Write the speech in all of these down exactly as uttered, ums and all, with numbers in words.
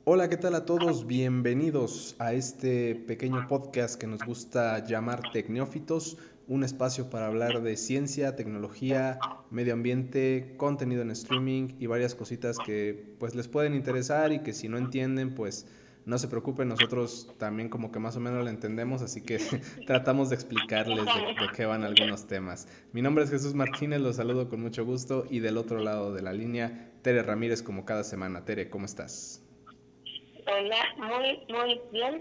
Hola, ¿qué tal a todos? Bienvenidos a este pequeño podcast que nos gusta llamar Tecnófitos, un espacio para hablar de ciencia, tecnología, medio ambiente, contenido en streaming y varias cositas que pues les pueden interesar y que si no entienden pues no se preocupen, nosotros también como que más o menos lo entendemos, así que tratamos de explicarles de, de qué van algunos temas. Mi nombre es Jesús Martínez, los saludo con mucho gusto y del otro lado de la línea, Tere Ramírez como cada semana. Tere, ¿cómo estás? Hola, muy, muy bien.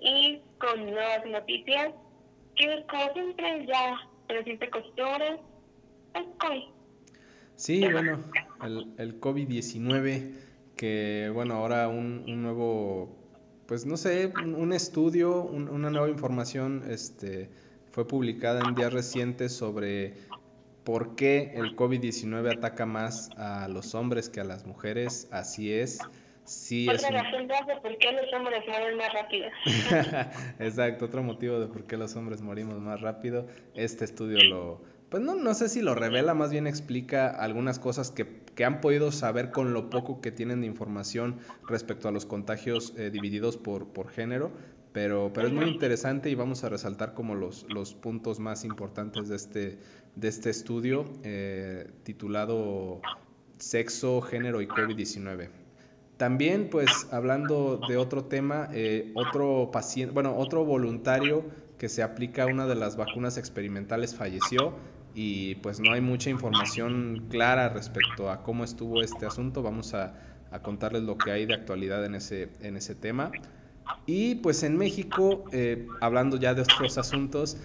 Y con nuevas noticias, que como siempre ya presente costumbre, es COVID. Sí, bueno, el, el COVID diecinueve, que bueno, ahora un, un nuevo, pues no sé, un, un estudio, un- una nueva información este, fue publicada en días recientes sobre por qué el COVID diecinueve ataca más a los hombres que a las mujeres. Así es, sí es Otra un... razón más de por qué los hombres mueren más rápido. Exacto, otro motivo de por qué los hombres morimos más rápido. Este estudio lo, pues no, no sé si lo revela, más bien explica algunas cosas que, que han podido saber con lo poco que tienen de información respecto a los contagios eh, divididos por, por género, pero, pero es muy Ujú. interesante y vamos a resaltar como los, los puntos más importantes de este, de este estudio eh, titulado Sexo, Género y COVID diecinueve. También, pues, hablando de otro tema, eh, otro paciente, bueno, otro voluntario que se aplica a una de las vacunas experimentales falleció y pues no hay mucha información clara respecto a cómo estuvo este asunto. Vamos a, a contarles lo que hay de actualidad en ese, en ese tema. Y pues en México, eh, hablando ya de otros asuntos,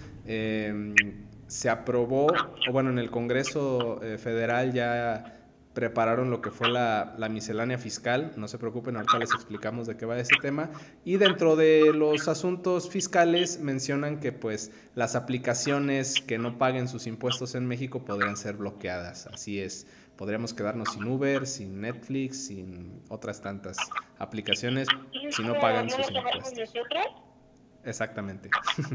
eh, se aprobó, o bueno, en el Congreso eh, Federal ya prepararon lo que fue la, la miscelánea fiscal. No se preocupen, ahorita les explicamos de qué va ese tema. Y dentro de los asuntos fiscales mencionan que pues las aplicaciones que no paguen sus impuestos en México podrían ser bloqueadas. Así es, podríamos quedarnos sin Uber, sin Netflix, sin otras tantas aplicaciones Y si no esto pagan no sus lo trabajamos impuestos. nosotros. Exactamente.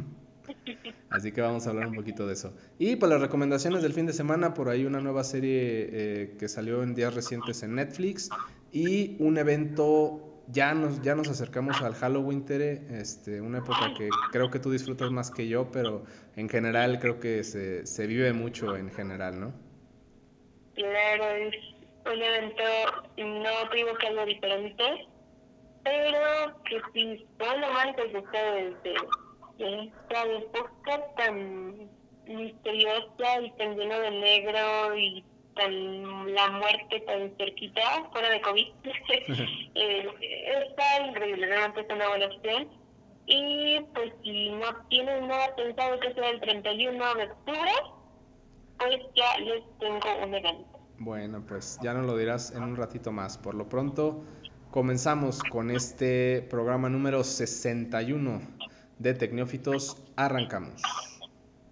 Así que vamos a hablar un poquito de eso. Y pues las recomendaciones del fin de semana, por ahí una nueva serie eh, que salió en días recientes en Netflix y un evento, ya nos, ya nos acercamos al Halloween, Tere, este, una época que creo que tú disfrutas más que yo, pero en general creo que se, se vive mucho en general, ¿no? Claro, es un evento, no digo que algo diferente, pero que si son amantes de ustedes de, de esta época tan misteriosa y tan lleno de negro y tan la muerte tan cerquita, fuera de COVID, eh, está increíble, realmente es una buena opción. Y pues si no tienen nada pensado que sea el treinta y uno de octubre, pues ya les tengo un evento. Bueno, pues ya nos lo dirás en un ratito más. Por lo pronto, comenzamos con este programa número sesenta y uno de Tecnófitos. Arrancamos.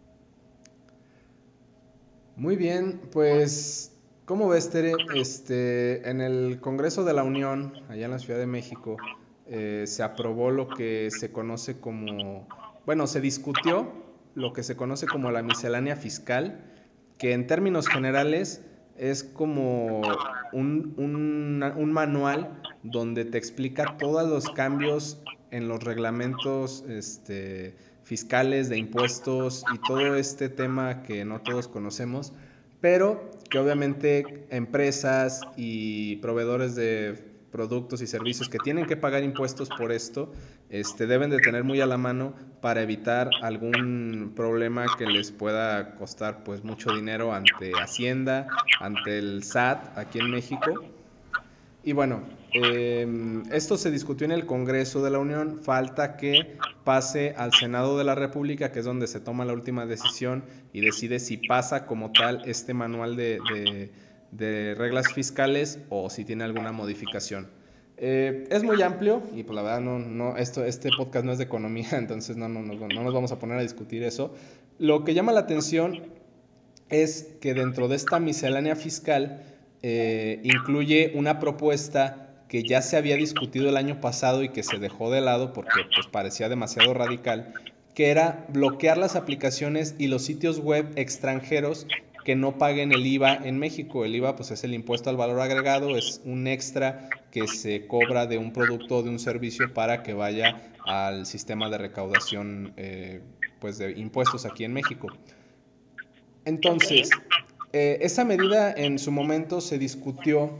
Muy bien, pues, ¿cómo ves, Tere? Este, en el Congreso de la Unión, allá en la Ciudad de México, eh, se aprobó lo que se conoce como, bueno, se discutió lo que se conoce como la miscelánea fiscal, que en términos generales es como un, un, un manual donde te explica todos los cambios en los reglamentos este, fiscales de impuestos y todo este tema que no todos conocemos, pero que obviamente empresas y proveedores de productos y servicios que tienen que pagar impuestos por esto, este, deben de tener muy a la mano para evitar algún problema que les pueda costar pues mucho dinero ante Hacienda, ante el S A T aquí en México. Y bueno, eh, esto se discutió en el Congreso de la Unión, falta que pase al Senado de la República, que es donde se toma la última decisión y decide si pasa como tal este manual de, de, de reglas fiscales o si tiene alguna modificación. Eh, es muy amplio y pues la verdad no, no, esto, este podcast no es de economía, entonces no, no, no, no nos vamos a poner a discutir eso. Lo que llama la atención es que dentro de esta miscelánea fiscal eh, incluye una propuesta que ya se había discutido el año pasado y que se dejó de lado porque pues parecía demasiado radical, que era bloquear las aplicaciones y los sitios web extranjeros que no paguen el I V A en México. El I V A pues es el impuesto al valor agregado, es un extra que se cobra de un producto o de un servicio para que vaya al sistema de recaudación eh, pues de impuestos aquí en México. Entonces, eh, esa medida en su momento se discutió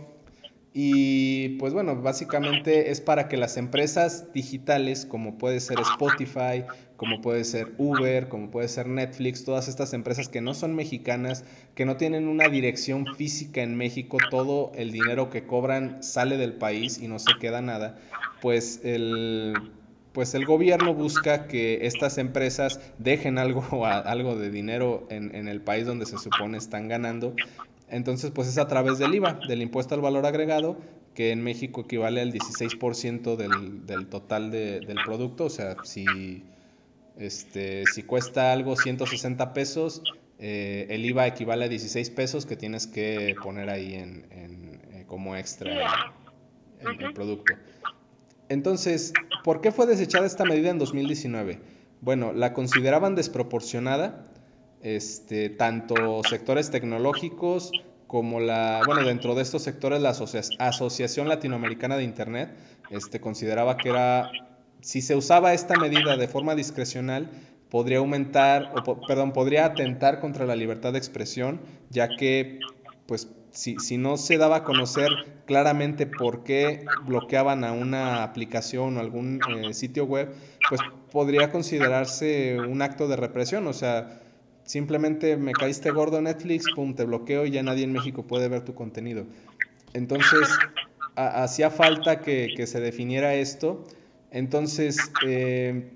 y pues bueno, básicamente es para que las empresas digitales, como puede ser Spotify, como puede ser Uber, como puede ser Netflix, todas estas empresas que no son mexicanas, que no tienen una dirección física en México, todo el dinero que cobran sale del país y no se queda nada, pues el, pues el gobierno busca que estas empresas dejen algo, algo de dinero en, en el país donde se supone están ganando. Entonces, pues es a través del I V A, del impuesto al valor agregado, que en México equivale al dieciséis por ciento del, del total de, del producto. O sea, si, este, si cuesta algo ciento sesenta pesos, eh, el I V A equivale a dieciséis pesos que tienes que poner ahí en, en, eh, como extra el, el, el producto. Entonces, ¿por qué fue desechada esta medida en dos mil diecinueve? Bueno, la consideraban desproporcionada, este, tanto sectores tecnológicos como la, bueno, dentro de estos sectores la Asocia Asociación Latinoamericana de Internet este, consideraba que era, si se usaba esta medida de forma discrecional, podría aumentar, o perdón, podría atentar contra la libertad de expresión, ya que, pues, si, si no se daba a conocer claramente por qué bloqueaban a una aplicación o algún eh, sitio web, pues podría considerarse un acto de represión. O sea, simplemente me caíste gordo Netflix, pum, te bloqueo y ya nadie en México puede ver tu contenido. Entonces, a, hacía falta que, que se definiera esto. Entonces, eh,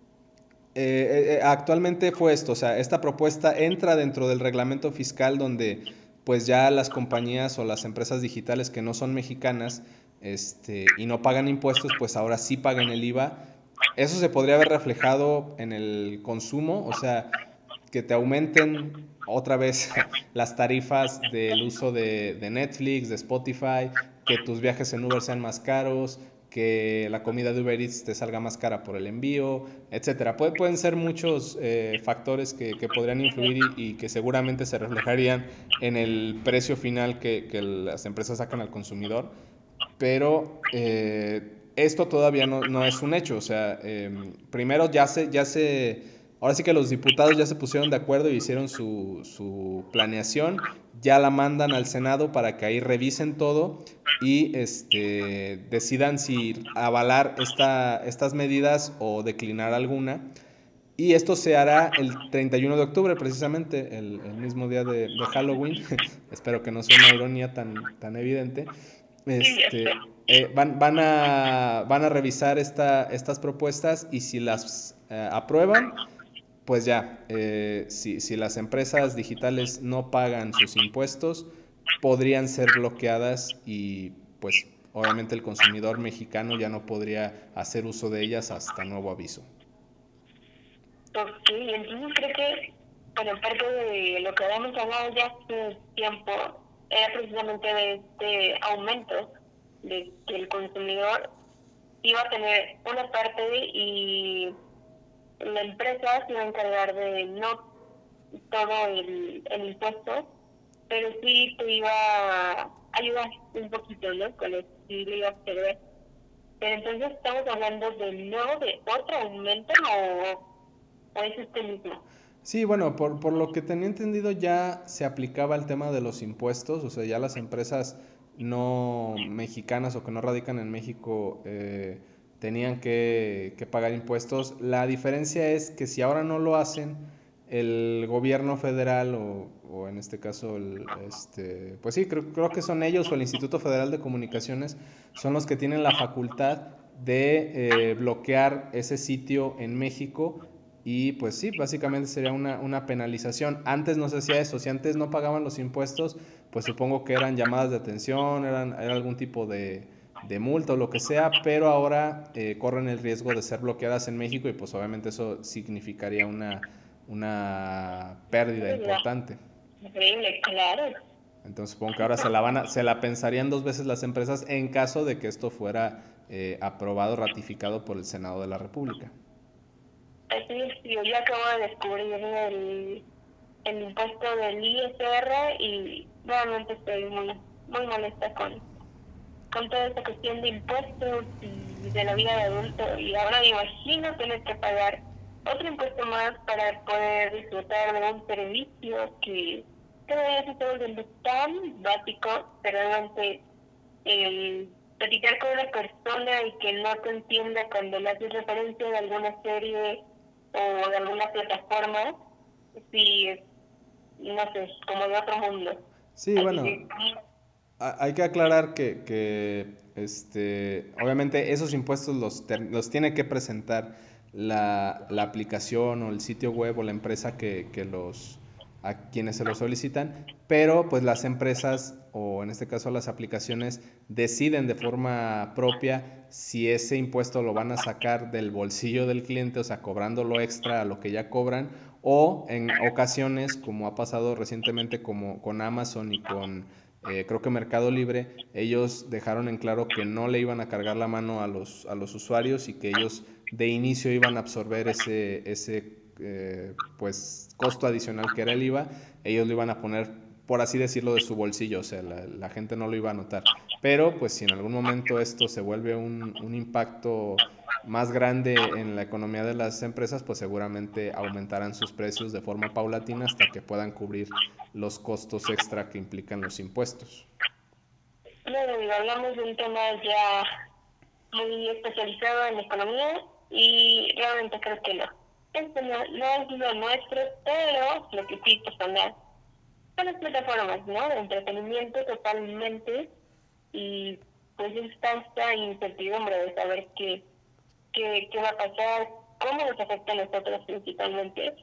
eh, eh, actualmente fue esto, o sea, esta propuesta entra dentro del reglamento fiscal donde pues ya las compañías o las empresas digitales que no son mexicanas este, y no pagan impuestos, pues ahora sí pagan el I V A. Eso se podría haber reflejado en el consumo, o sea, que te aumenten otra vez las tarifas del uso de, de Netflix, de Spotify, que tus viajes en Uber sean más caros, que la comida de Uber Eats te salga más cara por el envío, etcétera. Puede, pueden ser muchos eh, factores que, que, podrían influir y, y, que seguramente se reflejarían en el precio final que, que las empresas sacan al consumidor, pero eh, esto todavía no, no es un hecho. O sea, eh, primero ya se, ya se, ahora sí que los diputados ya se pusieron de acuerdo y hicieron su, su planeación, ya la mandan al Senado para que ahí revisen todo y este, decidan si avalar esta, estas medidas o declinar alguna. Y esto se hará el treinta y uno de octubre, precisamente, el, el mismo día de, de Halloween. Espero que no sea una ironía tan, tan evidente. Este, eh, van, van, a, van a revisar esta, estas propuestas y si las eh, aprueban, pues ya, eh, si, si las empresas digitales no pagan sus impuestos, podrían ser bloqueadas y pues obviamente el consumidor mexicano ya no podría hacer uso de ellas hasta nuevo aviso. Ok, entonces creo que, bueno, parte de lo que habíamos hablado ya hace tiempo era precisamente de este aumento de que el consumidor iba a tener una parte y la empresa se iba a encargar de no todo el, el impuesto, pero sí te iba a ayudar un poquito, ¿no? Con eso sí le iba a perder. Pero entonces estamos hablando de nuevo de otro aumento o, o es este mismo. Sí, bueno, por, por lo que tenía entendido ya se aplicaba el tema de los impuestos, o sea, ya las empresas no mexicanas o que no radican en México eh, tenían que, que pagar impuestos. La diferencia es que si ahora no lo hacen, el gobierno federal o, o en este caso, el, este, pues sí, creo, creo que son ellos o el Instituto Federal de Comunicaciones son los que tienen la facultad de eh, bloquear ese sitio en México. Y pues sí, básicamente sería una, una penalización. Antes no se hacía eso. Si antes no pagaban los impuestos, pues supongo que eran llamadas de atención, eran, era algún tipo de, de multa o lo que sea, pero ahora eh, corren el riesgo de ser bloqueadas en México y pues obviamente eso significaría una, una pérdida importante. Increíble, claro. Entonces supongo que ahora se la, van a, se la pensarían dos veces las empresas en caso de que esto fuera eh, aprobado, ratificado por el Senado de la República. Así es, yo ya acabo de descubrir el, el impuesto del I S R y realmente estoy muy, muy molesta con, con toda esta cuestión de impuestos y de la vida de adulto. Y ahora me imagino tener que pagar otro impuesto más para poder disfrutar de un servicio que cada vez se está volviendo tan básico, pero realmente el platicar con una persona y que no te entienda cuando le haces referencia de alguna serie o de alguna plataforma, sí, es, no sé, como de otro mundo. Sí, Así bueno, que, a- hay que aclarar que, que, este, obviamente esos impuestos los, ter- los tiene que presentar la, la aplicación o el sitio web o la empresa que, que los, a quienes se los solicitan, pero pues las empresas o en este caso las aplicaciones deciden de forma propia si ese impuesto lo van a sacar del bolsillo del cliente, o sea, cobrándolo extra a lo que ya cobran, o en ocasiones, como ha pasado recientemente como con Amazon y con eh, creo que Mercado Libre, ellos dejaron en claro que no le iban a cargar la mano a los, a los usuarios y que ellos de inicio iban a absorber ese, ese eh, pues, costo adicional que era el IVA, ellos lo iban a poner, por así decirlo, de su bolsillo, o sea, la, la gente no lo iba a notar. Pero pues si en algún momento esto se vuelve un, un impacto más grande en la economía de las empresas, pues seguramente aumentarán sus precios de forma paulatina hasta que puedan cubrir los costos extra que implican los impuestos. claro, digo, hablamos de un tema ya muy especializado en economía y realmente creo que no. Esto no, no es lo nuestro, pero lo que sí pues, son las, son las plataformas, ¿no? De entretenimiento totalmente y pues está esta incertidumbre de saber qué, qué, qué va a pasar, cómo nos afecta a nosotros principalmente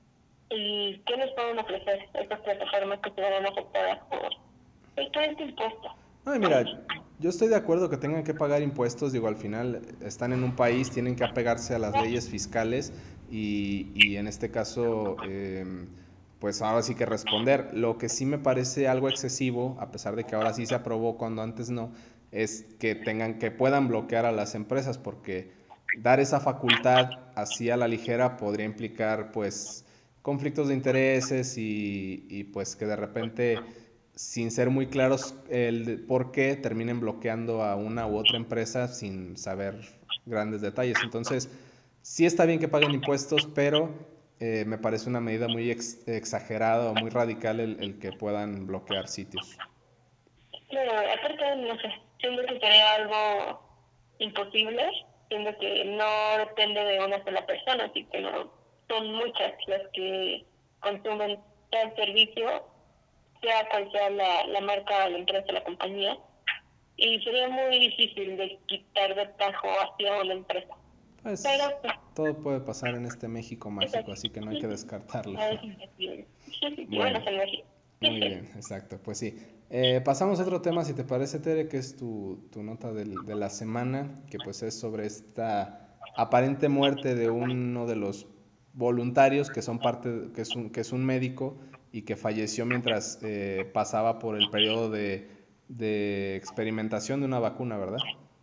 y qué nos pueden ofrecer estas plataformas que se verán afectadas por, por todo este impuesto. No, y mira, yo estoy de acuerdo que tengan que pagar impuestos, digo, al final están en un país, tienen que apegarse a las leyes fiscales y, y en este caso, eh, pues ahora sí que responder. Lo que sí me parece algo excesivo, a pesar de que ahora sí se aprobó cuando antes no, es que tengan, que puedan bloquear a las empresas, porque dar esa facultad así a la ligera podría implicar, pues, conflictos de intereses y, y pues que de repente sin ser muy claros el por qué terminen bloqueando a una u otra empresa sin saber grandes detalles. Entonces, sí está bien que paguen impuestos, pero eh, me parece una medida muy ex exagerada o muy radical el, el, que puedan bloquear sitios. Bueno, aparte, no sé, siento que sería algo imposible, siendo que no depende de una sola persona, así que no son muchas las que consumen tal servicio, sea cual sea la, la marca, la empresa, la compañía, y sería muy difícil de quitar de tajo hacia una empresa. Pues Pero, pues, todo puede pasar en este México es mágico, así que no hay que descartarlo. así. Es imposible. Y bueno, Bueno, se me muy bien, exacto, pues sí. Eh, pasamos a otro tema, si te parece, Tere, que es tu, tu nota del- de la semana, que pues es sobre esta aparente muerte de uno de los voluntarios que son parte, que es un, que es un médico y que falleció mientras eh, pasaba por el periodo de, de experimentación de una vacuna, ¿verdad?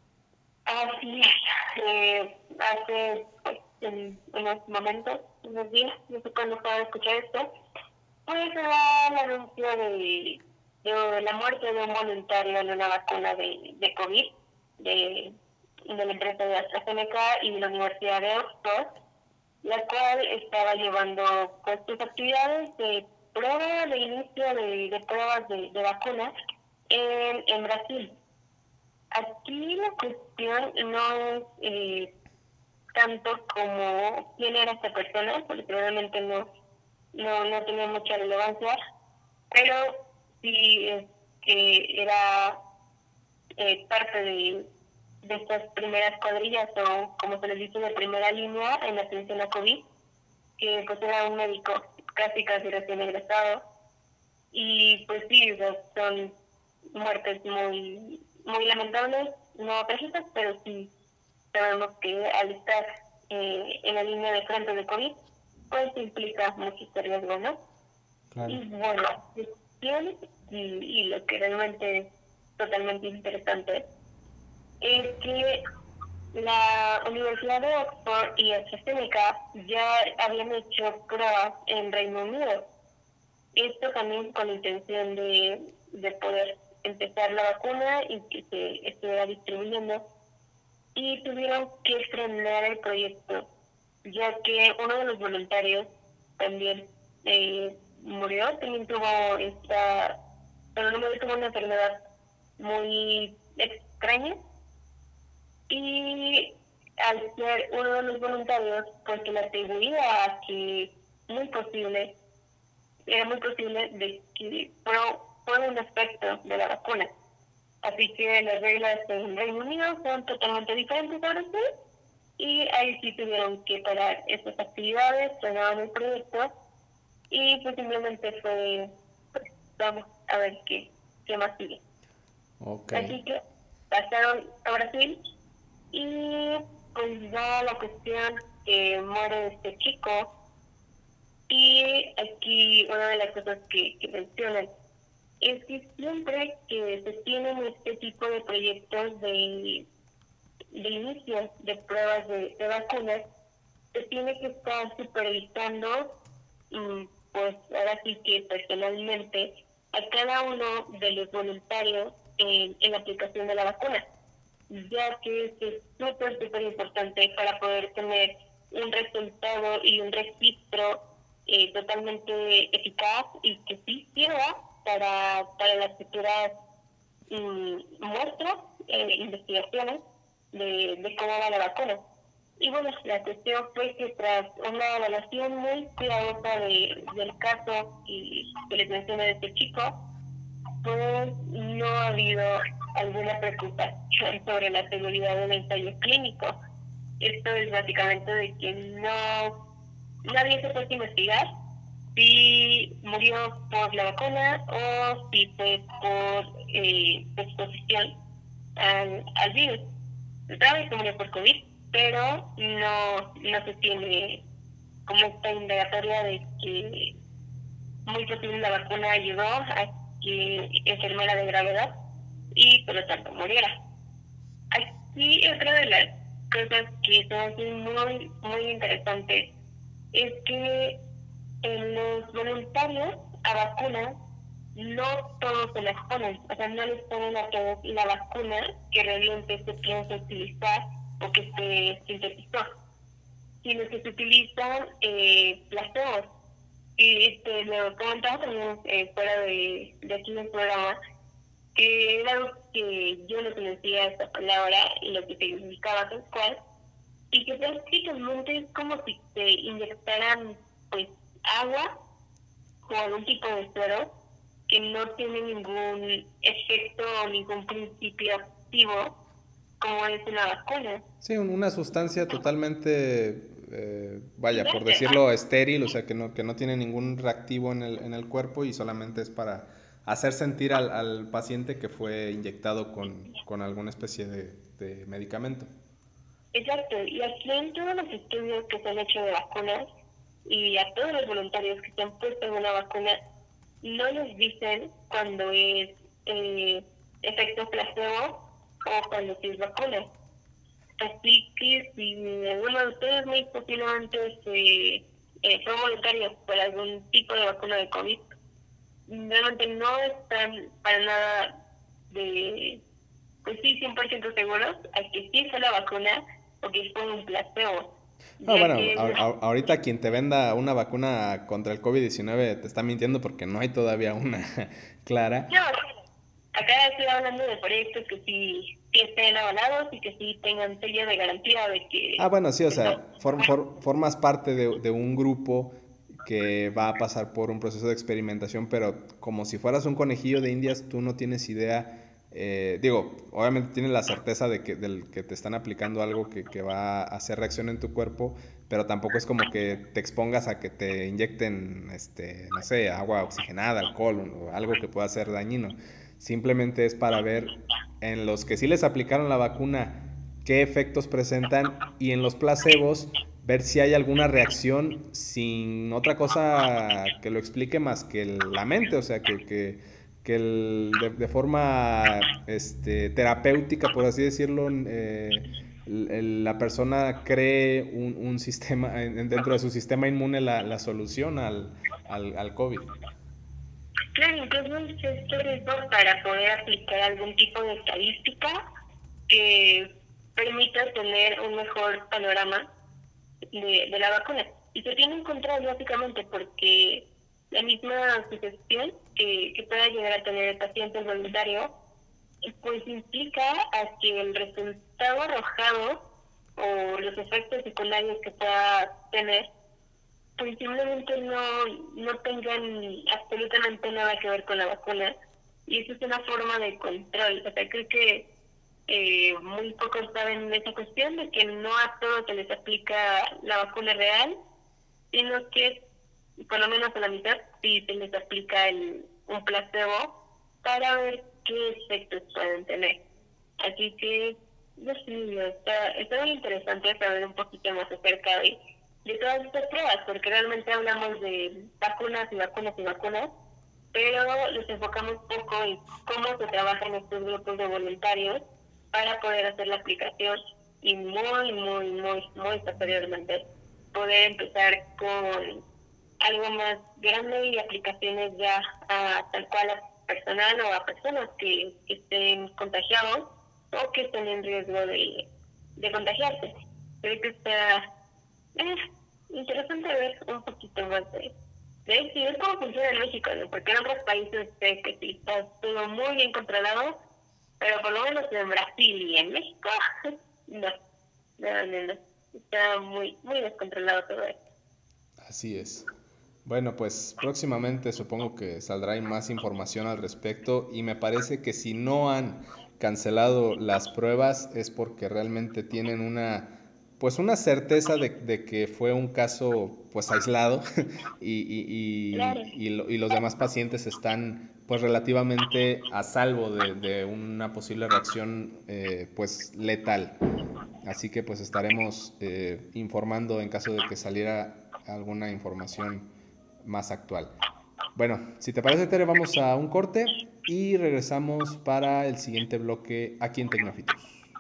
Así es. Eh, hace pues, en unos momentos, unos días, no sé cuándo puedo escuchar esto, pues se da el anuncio de, de la muerte de un voluntario en una vacuna de, de COVID de, de la empresa de AstraZeneca y de la Universidad de Oxford, la cual estaba llevando pues, sus actividades de prueba, de inicio de, de pruebas de, de vacunas en, en Brasil. Aquí la cuestión no es eh, tanto como quién era esta persona, porque probablemente no, no, no tenía mucha relevancia, pero sí es que era eh, parte de, de estas primeras cuadrillas o como se les dice de primera línea en la atención a COVID, que pues era un médico casi casi recién egresado y pues sí, o sea, son muertes muy muy lamentables, no trágicas, pero sí sabemos que al estar eh, en la línea de frente de COVID, pues implica muchos riesgos, ¿no? Claro. Y bueno, la cuestión y, y lo que realmente es totalmente interesante es que la Universidad de Oxford y AstraZeneca ya habían hecho pruebas en Reino Unido Esto también con la intención de, de poder empezar la vacuna y que se estuviera distribuyendo. Y tuvieron que frenar el proyecto, ya que uno de los voluntarios también eh, murió, también tuvo esta, pero no murió, tuvo una enfermedad muy extraña, y al ser uno de los voluntarios, pues se le atribuía a que muy posible, era muy posible de que fue, fue un efecto de la vacuna. Así que las reglas en Reino Unido son totalmente diferentes ahora sí, y ahí sí tuvieron que parar estas actividades, frenaron el proyecto, y pues simplemente fue, pues vamos a ver qué, qué más sigue. Ok. Así que pasaron a Brasil, y pues da la cuestión que muere este chico, y aquí una de las cosas que, que mencionan es que siempre que se tienen este tipo de proyectos de, de inicio de pruebas de, de vacunas, se tiene que estar supervisando, mm, pues ahora sí que personalmente, a cada uno de los voluntarios en, en la aplicación de la vacuna, ya que esto es súper, súper importante para poder tener un resultado y un registro eh, totalmente eficaz y que sí sirva para, para las futuras mm, muestras, eh, investigaciones de, de cómo va la vacuna. Y bueno, la cuestión fue que tras una evaluación muy cuidadosa de, del caso y que les mencioné de este chico, pues no ha habido alguna preocupación sobre la seguridad del ensayo clínico. Esto es básicamente de que no nadie se puede investigar si murió por la vacuna o si fue por eh, exposición al, al virus. Se sabe que murió por COVID, pero no, no se tiene como esta indagatoria de que muy posible la vacuna ayudó a que enfermera de gravedad y por lo tanto muriera. Aquí otra de las cosas que son muy, muy interesantes es que en los voluntarios a vacunas no todos se las ponen, o sea, no les ponen a todos la vacuna que realmente se piensa utilizar o que se sintetizó, sino que se utilizan eh, placebos. Y este, lo comentaba también eh, fuera de, de aquí del programa, que era algo que yo no conocía esta palabra y lo que significaba tal cual, y que prácticamente es como si te inyectaran pues agua o algún tipo de suero que no tiene ningún efecto o ningún principio activo como es una vacuna. Sí, un- una sustancia totalmente, eh, vaya, por Inerte. decirlo, estéril, o sea, que no, que no tiene ningún reactivo en el, en el cuerpo y solamente es para hacer sentir al, al paciente que fue inyectado con, con alguna especie de, de medicamento. Exacto, y aquí en todos los estudios que se han hecho de vacunas y a todos los voluntarios que se han puesto en una vacuna, no les dicen cuando es eh, efecto placebo o cuando sí es vacuna. Así que si alguno de ustedes muy posiblemente se, eh, son voluntarios por algún tipo de vacuna de COVID, realmente no están para nada de, pues sí, cien por ciento seguros a que sí fue la vacuna o que fue un placebo, No, ya bueno, que a- a- ahorita quien te venda una vacuna contra el COVID diecinueve te está mintiendo porque no hay todavía una clara. no, acá estoy hablando de proyectos que sí, sí estén avalados y que sí tengan sello de garantía de Ah, que bueno, sí, o pues, no. sea, for- for- formas parte de, de un grupo que va a pasar por un proceso de experimentación, pero como si fueras un conejillo de indias, tú no tienes idea, eh, digo, obviamente tienes la certeza de que, del, que te están aplicando algo que, que va a hacer reacción en tu cuerpo, pero tampoco es como que te expongas a que te inyecten, este, no sé, agua oxigenada, alcohol o algo que pueda ser dañino. Simplemente es para ver en los que sí les aplicaron la vacuna qué efectos presentan y en los placebos ver si hay alguna reacción sin otra cosa que lo explique más que la mente, o sea, que, que, que el, de, de, forma este, terapéutica, por así decirlo, eh, el, la persona cree un, un sistema, dentro de su sistema inmune la, la solución al, al, al COVID. Claro, incluso esto es para poder aplicar algún tipo de estadística que permita tener un mejor panorama de, de la vacuna. Y se tiene en contra básicamente porque la misma sugestión que, que pueda llegar a tener el paciente voluntario, pues implica a que el resultado arrojado o los efectos secundarios que pueda tener, pues simplemente no, no tengan absolutamente nada que ver con la vacuna. Y eso es una forma de control. O sea, creo que eh, muy pocos saben de esa cuestión, de que no a todos se les aplica la vacuna real, sino que por lo menos a la mitad sí se les aplica el, un placebo para ver qué efectos pueden tener. Así que, no sé, está, está muy interesante saber un poquito más acerca de, de todas estas pruebas, porque realmente hablamos de vacunas y vacunas y vacunas, pero nos enfocamos poco en cómo se trabaja en estos grupos de voluntarios para poder hacer la aplicación y muy, muy, muy, muy posteriormente poder empezar con algo más grande y aplicaciones ya a tal cual a personal o a personas que, que estén contagiados o que estén en riesgo de, de contagiarse. Creo que está eh, interesante ver un poquito más de, de eso y ver cómo funciona en México, ¿no? Porque en otros países sé que sí está todo muy bien controlado, pero por lo menos en Brasil y en México, no, no, no, no. Está muy, muy descontrolado todo esto. Así es. Bueno, pues próximamente supongo que saldrá más información al respecto y me parece que si no han cancelado las pruebas es porque realmente tienen una, pues una certeza de, de que fue un caso pues aislado y, y, Claro. y, y lo- y los demás pacientes están pues relativamente a salvo de, de una posible reacción eh, pues letal. Así que pues estaremos eh, informando en caso de que saliera alguna información más actual. Bueno, si te parece, Tere, vamos a un corte y regresamos para el siguiente bloque aquí en Tecnófitos.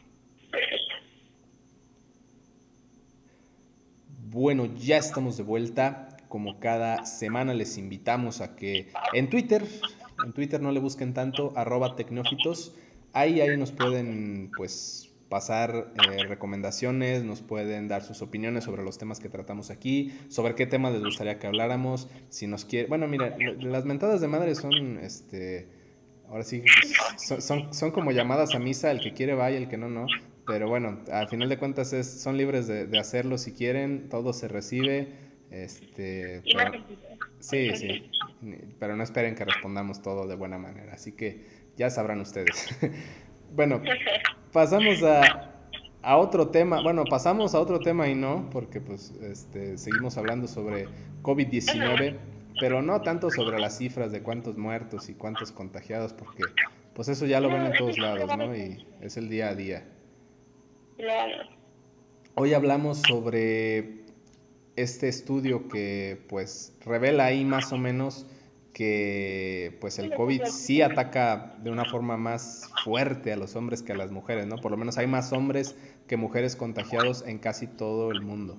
Bueno, ya estamos de vuelta. Como cada semana les invitamos a que en Twitter, en Twitter no le busquen tanto, arroba tecnófitos. Ahí, ahí nos pueden pues pasar eh, recomendaciones, nos pueden dar sus opiniones sobre los temas que tratamos aquí, sobre qué temas les gustaría que habláramos, si nos quiere, bueno, mira, las mentadas de madre son, este, ahora sí, son, son, son como llamadas a misa, el que quiere vaya, el que no, no, pero bueno, al final de cuentas es, son libres de, de hacerlo si quieren, todo se recibe, este, Y más pero sí, sí, pero no esperen que respondamos todo de buena manera, así que ya sabrán ustedes. Bueno, pasamos a, a otro tema, bueno, pasamos a otro tema y no, porque pues este, seguimos hablando sobre COVID diecinueve, pero no tanto sobre las cifras de cuántos muertos y cuántos contagiados, porque pues eso ya lo ven en todos lados, ¿no? Y es el día a día. Claro. Hoy hablamos sobre este estudio que pues revela ahí más o menos que pues el COVID sí ataca de una forma más fuerte a los hombres que a las mujeres, ¿no? Por lo menos hay más hombres que mujeres contagiados en casi todo el mundo.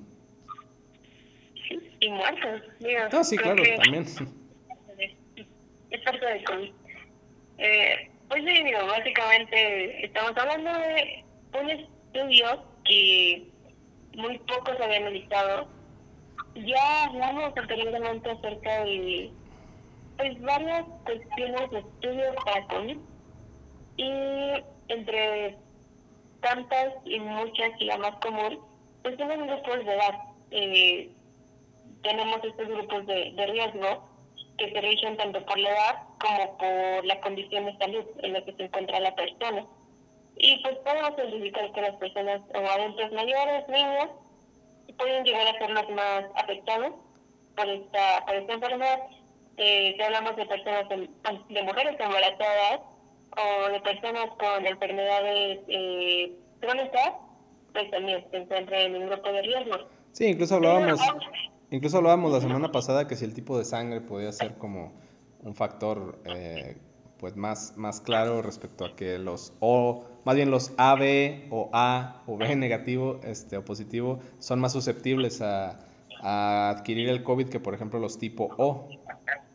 Y muertos, digo, No, sí, creo claro, que también. es parte del COVID. Eh, pues sí, digo, básicamente estamos hablando de un estudio que muy pocos habían analizado. Ya hablamos anteriormente acerca de pues varias cuestiones de estudios para COVID y entre tantas y muchas y la más común, pues tienen grupos de edad. Eh, tenemos estos grupos de, de riesgo que se rigen tanto por la edad como por la condición de salud en la que se encuentra la persona. Y pues podemos identificar que las personas o adultos mayores, niños, pueden llegar a ser los más afectados por esta, por esta enfermedad. Eh, si hablamos de personas, de, de mujeres embarazadas o de personas con enfermedades eh, crónicas, pues también se encuentran en un grupo de riesgo. Sí, incluso Pero, hablábamos, incluso hablábamos la uh-huh. semana pasada que si el tipo de sangre podía ser como un factor eh, pues más, más claro respecto a que los O, más bien los A B o A o B negativo este, o positivo son más susceptibles a, a adquirir el COVID que por ejemplo los tipo O.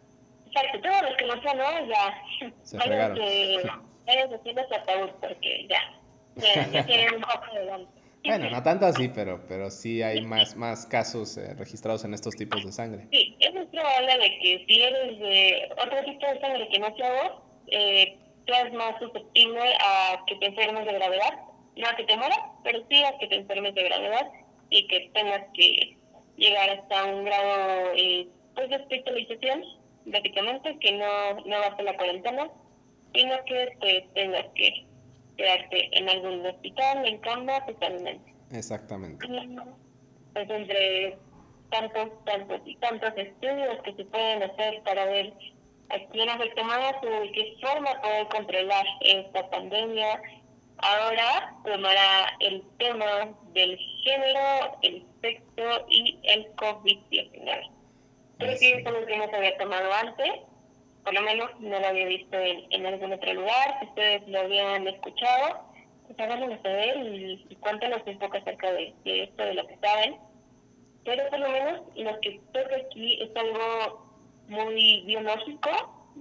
exacto, todos los que no son, ¿no? Ya, Se vayan fregaron. que, vayan haciendo su ataúd, porque ya, ya, ya tienen un poco de gana. Bueno, no tanto así, pero, pero sí hay más, más casos eh, registrados en estos tipos de sangre. Sí, es muy probable de que si eres de otro tipo de sangre que no sea vos, eh, seas más susceptible a que te enfermes de gravedad. No a que te mueras, pero sí a que te enfermes de gravedad y que tengas que llegar hasta un grado eh, pues de hospitalización, básicamente, que no, no va a ser la cuarentena, sino que te tengas que quedarte en algún hospital, en cama, totalmente. Exactamente. Pues entre tantos, tantos y tantos estudios que se pueden hacer para ver a quién afecta más o de qué forma poder controlar esta pandemia. Ahora tomará el tema del género, el sexo y el COVID diecinueve. Creo que Así. eso es lo que no se había tomado antes, por lo menos no lo había visto en, en algún otro lugar. Si ustedes lo habían escuchado, pues háganlo saber y, y cuéntanos un poco acerca de, de esto, de lo que saben. Pero por lo menos lo que toca aquí es algo muy biológico,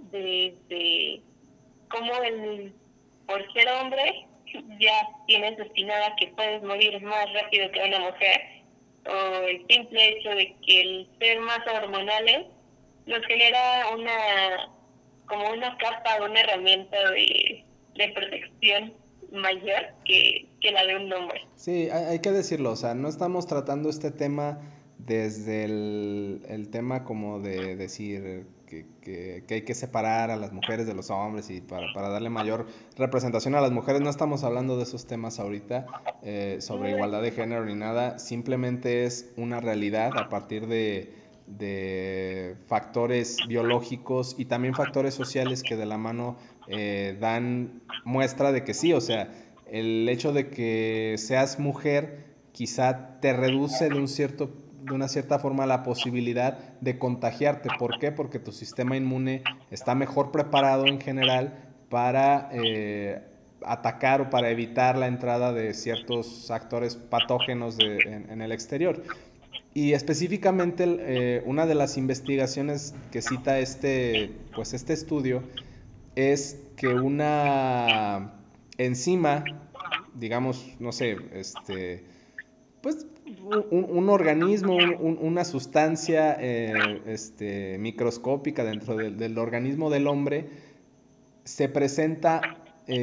de cómo el, por ser hombre ya tienes destinada que puedes morir más rápido que una mujer, o el simple hecho de que el ser más hormonales nos genera una, como una capa, una herramienta de, de protección mayor que, que la de un hombre. Sí, hay, hay que decirlo, o sea, no estamos tratando este tema desde el, el tema como de decir que, que, que hay que separar a las mujeres de los hombres y para, para darle mayor representación a las mujeres. No estamos hablando de esos temas ahorita, eh, sobre igualdad de género ni nada, simplemente es una realidad a partir de, de factores biológicos y también factores sociales que de la mano eh, dan muestra de que sí, o sea, el hecho de que seas mujer quizá te reduce de un cierto de una cierta forma la posibilidad de contagiarte. ¿Por qué? Porque tu sistema inmune está mejor preparado en general para eh, atacar o para evitar la entrada de ciertos actores patógenos de, en, en el exterior. Y específicamente eh, una de las investigaciones que cita este, pues este estudio es que una enzima, digamos, no sé, este, pues un, un organismo, un, un, una sustancia eh, este, microscópica dentro del, del organismo del hombre se presenta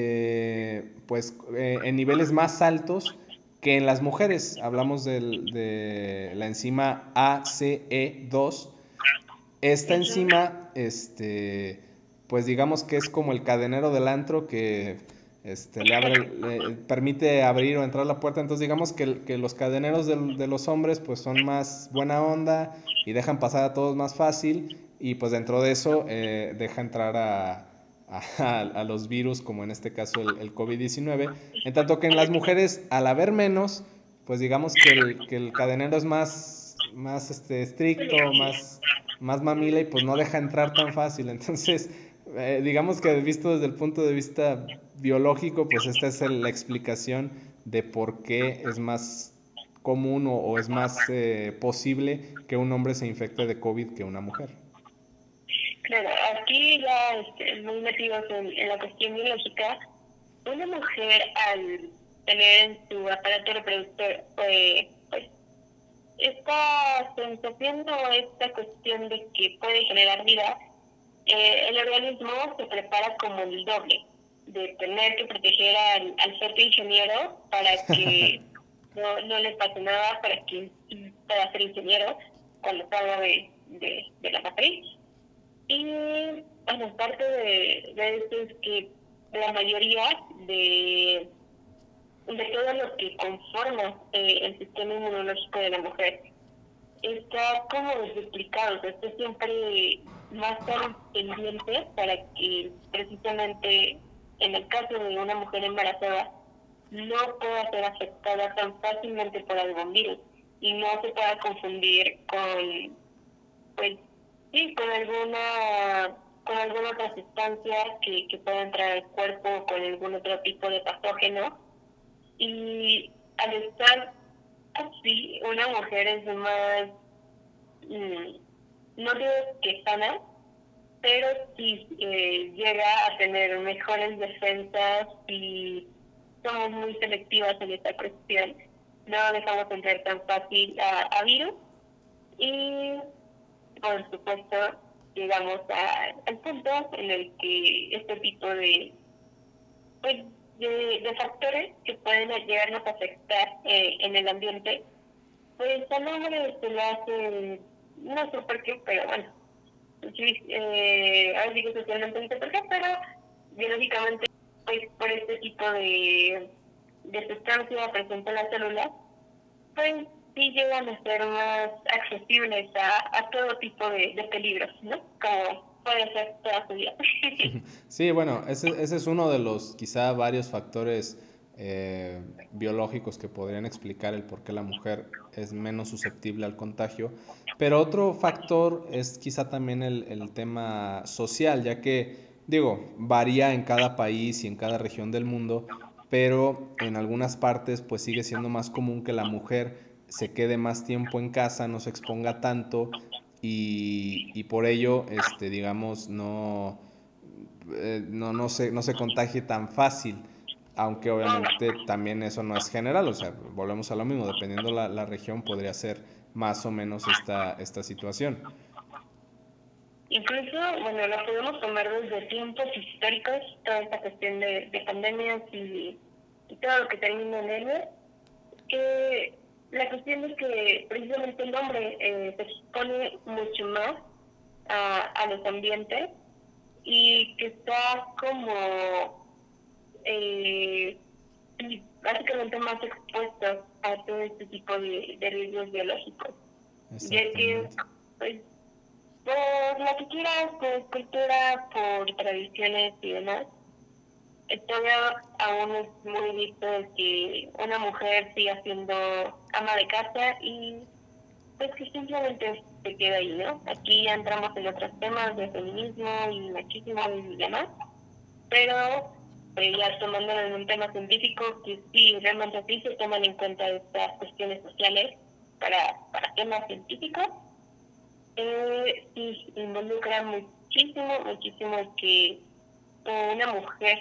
eh, pues eh, en niveles más altos que en las mujeres. Hablamos del, de la enzima A C E dos. Esta enzima, este, pues digamos que es como el cadenero del antro que este, le, abre, le permite abrir o entrar la puerta. Entonces digamos que, que los cadeneros de, de los hombres pues son más buena onda y dejan pasar a todos más fácil, y pues dentro de eso eh, deja entrar a, a, a, los virus, como en este caso el, el COVID diecinueve. En tanto que en las mujeres, al haber menos, pues digamos que el, que el cadenero es más, más este, estricto, más, más mamila, y pues no deja entrar tan fácil. Entonces, eh, digamos que visto desde el punto de vista biológico, pues esta es la explicación de por qué es más común o, o es más eh, posible que un hombre se infecte de COVID que una mujer. Claro, aquí ya este, muy metidos en, en la cuestión biológica, una mujer al tener en su aparato reproductor eh, pues esta sensación o esta cuestión de que puede generar vida, eh, el organismo se prepara como el doble, de tener que proteger al, al feto ingeniero para que no, no le pase nada, para que pueda ser ingeniero cuando salga de, de, de la matriz. Y bueno, parte de, de esto es que la mayoría de, de todo lo que conforma eh, el sistema inmunológico de la mujer está como desduplicado, o sea, está siempre más tan pendiente para que precisamente en el caso de una mujer embarazada no pueda ser afectada tan fácilmente por algún virus y no se pueda confundir con, pues, sí, con alguna con alguna otra sustancia que, que pueda entrar al cuerpo, con algún otro tipo de patógeno. Y al estar así, una mujer es más, mmm, no digo que sana, pero sí eh, llega a tener mejores defensas y somos muy selectivas en esta cuestión. No dejamos entrar tan fácil a, a virus y, por supuesto, llegamos a, al punto en el que este tipo de, pues, de, de factores que pueden llegarnos a afectar eh, en el ambiente, pues al hombre se le hace, no sé por qué, pero bueno, sí, eh, ahora digo socialmente no sé por qué, pero biológicamente, pues por este tipo de, de sustancia presente en las células, pues sí llegan a ser más accesibles a, a todo tipo de, de peligros, ¿no? Como puede ser toda su vida. Sí, bueno, ese, ese es uno de los quizá varios factores eh, biológicos que podrían explicar el por qué la mujer es menos susceptible al contagio. Pero otro factor es quizá también el, el tema social, ya que, digo, varía en cada país y en cada región del mundo, pero en algunas partes pues sigue siendo más común que la mujer se quede más tiempo en casa, no se exponga tanto y, y por ello, este, digamos, no, eh, no, no, se, no se contagie tan fácil, aunque obviamente también eso no es general, o sea, volvemos a lo mismo, dependiendo la, la región podría ser más o menos esta, esta situación. Incluso, bueno, lo podemos tomar desde tiempos históricos, toda esta cuestión de, de pandemias y, y todo lo que termina en él, que la cuestión es que precisamente el hombre eh, se expone mucho más a, a los ambientes y que está como eh, básicamente más expuesto a todo este tipo de, de riesgos biológicos, ya que Exactamente. pues, por lo que quieras, por cultura, por tradiciones y demás, todavía aún es muy visto que una mujer siga siendo ama de casa y pues que simplemente se queda ahí, ¿no? Aquí ya entramos en otros temas de feminismo y machismo y demás, pero eh, ya tomándolo en un tema científico, que sí, realmente sí se toman en cuenta estas cuestiones sociales para, para temas científicos, eh, sí involucra muchísimo, muchísimo que una mujer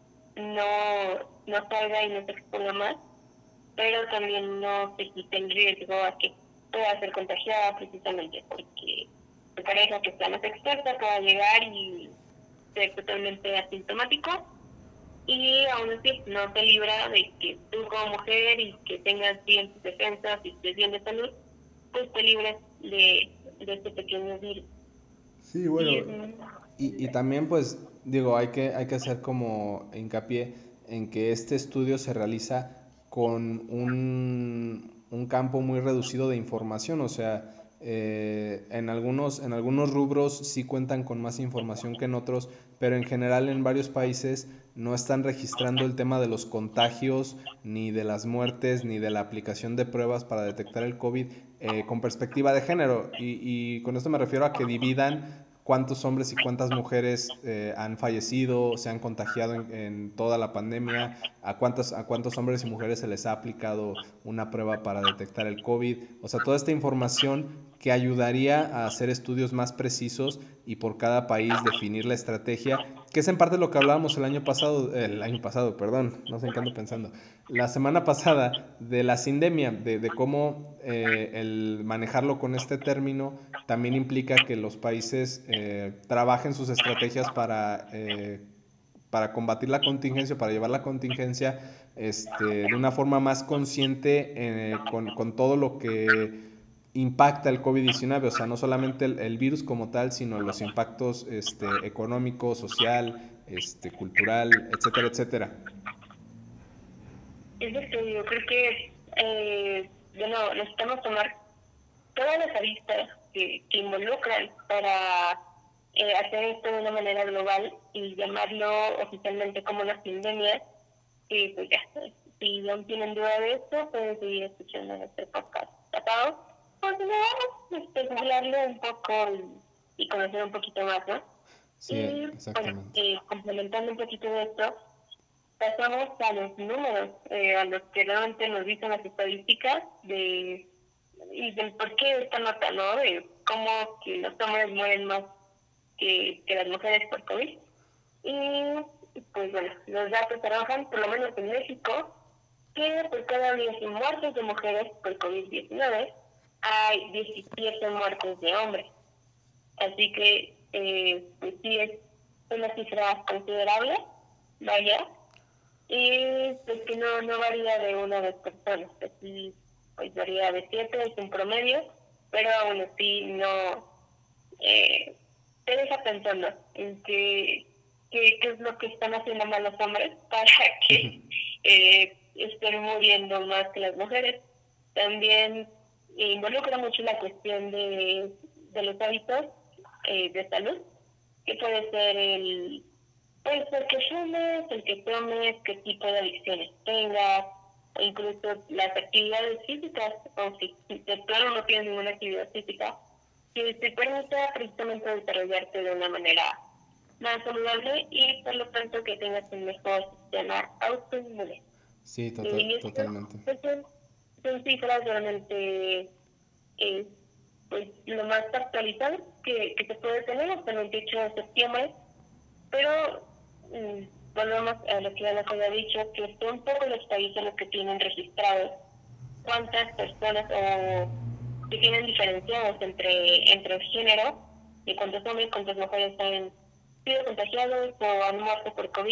no, no salga y no se exponga más, pero también no se quite el riesgo a que pueda ser contagiada precisamente porque su pareja que está más expuesta pueda llegar y ser totalmente asintomático y aún así no te libra de que tú como mujer y que tengas bien tus defensas y estés bien de salud, pues te libres de, de este pequeño virus. Sí, Y bueno, es muy... y, y también pues digo, hay que, hay que hacer como hincapié en que este estudio se realiza con un, un campo muy reducido de información, o sea, eh, en algunos, en algunos rubros sí cuentan con más información que en otros, pero en general en varios países no están registrando el tema de los contagios, ni de las muertes, ni de la aplicación de pruebas para detectar el COVID eh, con perspectiva de género. Y, y con esto me refiero a que dividan cuántos hombres y cuántas mujeres eh, han fallecido, se han contagiado en, en toda la pandemia, a, cuántas, a cuántos hombres y mujeres se les ha aplicado una prueba para detectar el COVID. O sea, toda esta información que ayudaría a hacer estudios más precisos y por cada país definir la estrategia, que es en parte lo que hablábamos el año pasado, el año pasado, perdón, no sé en qué ando pensando, la semana pasada de la sindemia, de, de cómo eh, el manejarlo con este término también implica que los países eh, trabajen sus estrategias para, eh, para combatir la contingencia, para llevar la contingencia este, de una forma más consciente eh, con, con todo lo que impacta el COVID diecinueve, o sea, no solamente el, el virus como tal, sino los impactos este, económico, social, este, cultural, etcétera, etcétera. Es lo que yo creo que, eh, bueno, necesitamos tomar todas las aristas que, que involucran para eh, hacer esto de una manera global y llamarlo oficialmente como una pandemia. Y pues ya, si aún tienen duda de esto, pueden seguir escuchando nuestro podcast pasado, porque vamos a especularlo un poco y, y conocer un poquito más, ¿no? Sí, Y bueno, exactamente. eh, complementando un poquito de esto, pasamos a los números, eh, a los que realmente nos dicen las estadísticas de y del por qué esta nota, ¿no? De cómo que los hombres mueren más que, que las mujeres por COVID. Y pues bueno, los datos arrojan, por lo menos en México, que por cada diez muertes de mujeres por COVID diecinueve hay diecisiete muertes de hombres. Así que, eh, pues sí, es una cifra considerable, vaya, y pues que no, no varía de una de personas. Aquí pues varía de siete, es un promedio, pero aún así no eh, te deja pensando en que, que, qué es lo que están haciendo mal los hombres para que eh, estén muriendo más que las mujeres. También involucra mucho la cuestión de, de los hábitos eh, de salud, que puede ser el pues el que fumes, el que tomes, qué tipo de adicciones tengas, o incluso las actividades físicas, o si, si de plano no tienes ninguna actividad física, que te permita precisamente desarrollarte de una manera más saludable y por lo tanto que tengas un mejor sistema autoinmune. Sí, tota- Y esto totalmente. pues, son, son cifras realmente eh, pues lo más actualizado que, que se puede tener hasta el veintiocho de septiembre, pero mm, volvemos a lo que ya les había dicho, que son pocos los países los que tienen registrados cuántas personas o que tienen diferenciados entre, entre el género y cuántos hombres, cuántas mujeres han sido contagiados o han muerto por COVID.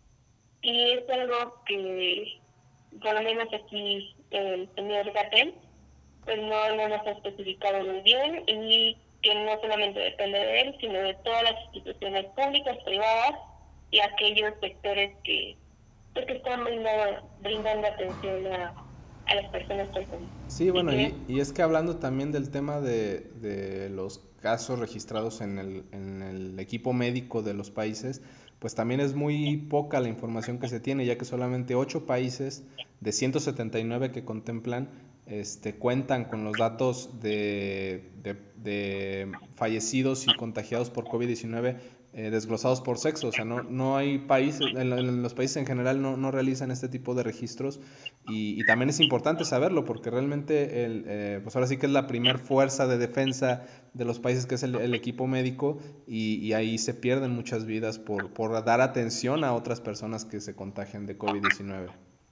Y es algo que, por lo menos aquí, el señor Gatel, pues no, no nos ha especificado muy bien y que no solamente depende de él, sino de todas las instituciones públicas, privadas y aquellos sectores que, pues, que están brindando, brindando atención a, a las personas con COVID. Sí, Así bueno, que, y, y es que hablando también del tema de, de los casos registrados en el, en el equipo médico de los países, pues también es muy poca la información que se tiene, ya que solamente ocho países de ciento setenta y nueve que contemplan este, cuentan con los datos de, de, de fallecidos y contagiados por COVID diecinueve eh, desglosados por sexo. O sea, no, no hay países, en, en los países en general no, no realizan este tipo de registros y, y también es importante saberlo porque realmente el, eh, pues ahora sí que es la primer fuerza de defensa de los países, que es el, el equipo médico, y, y ahí se pierden muchas vidas por, por dar atención a otras personas que se contagian de COVID diecinueve.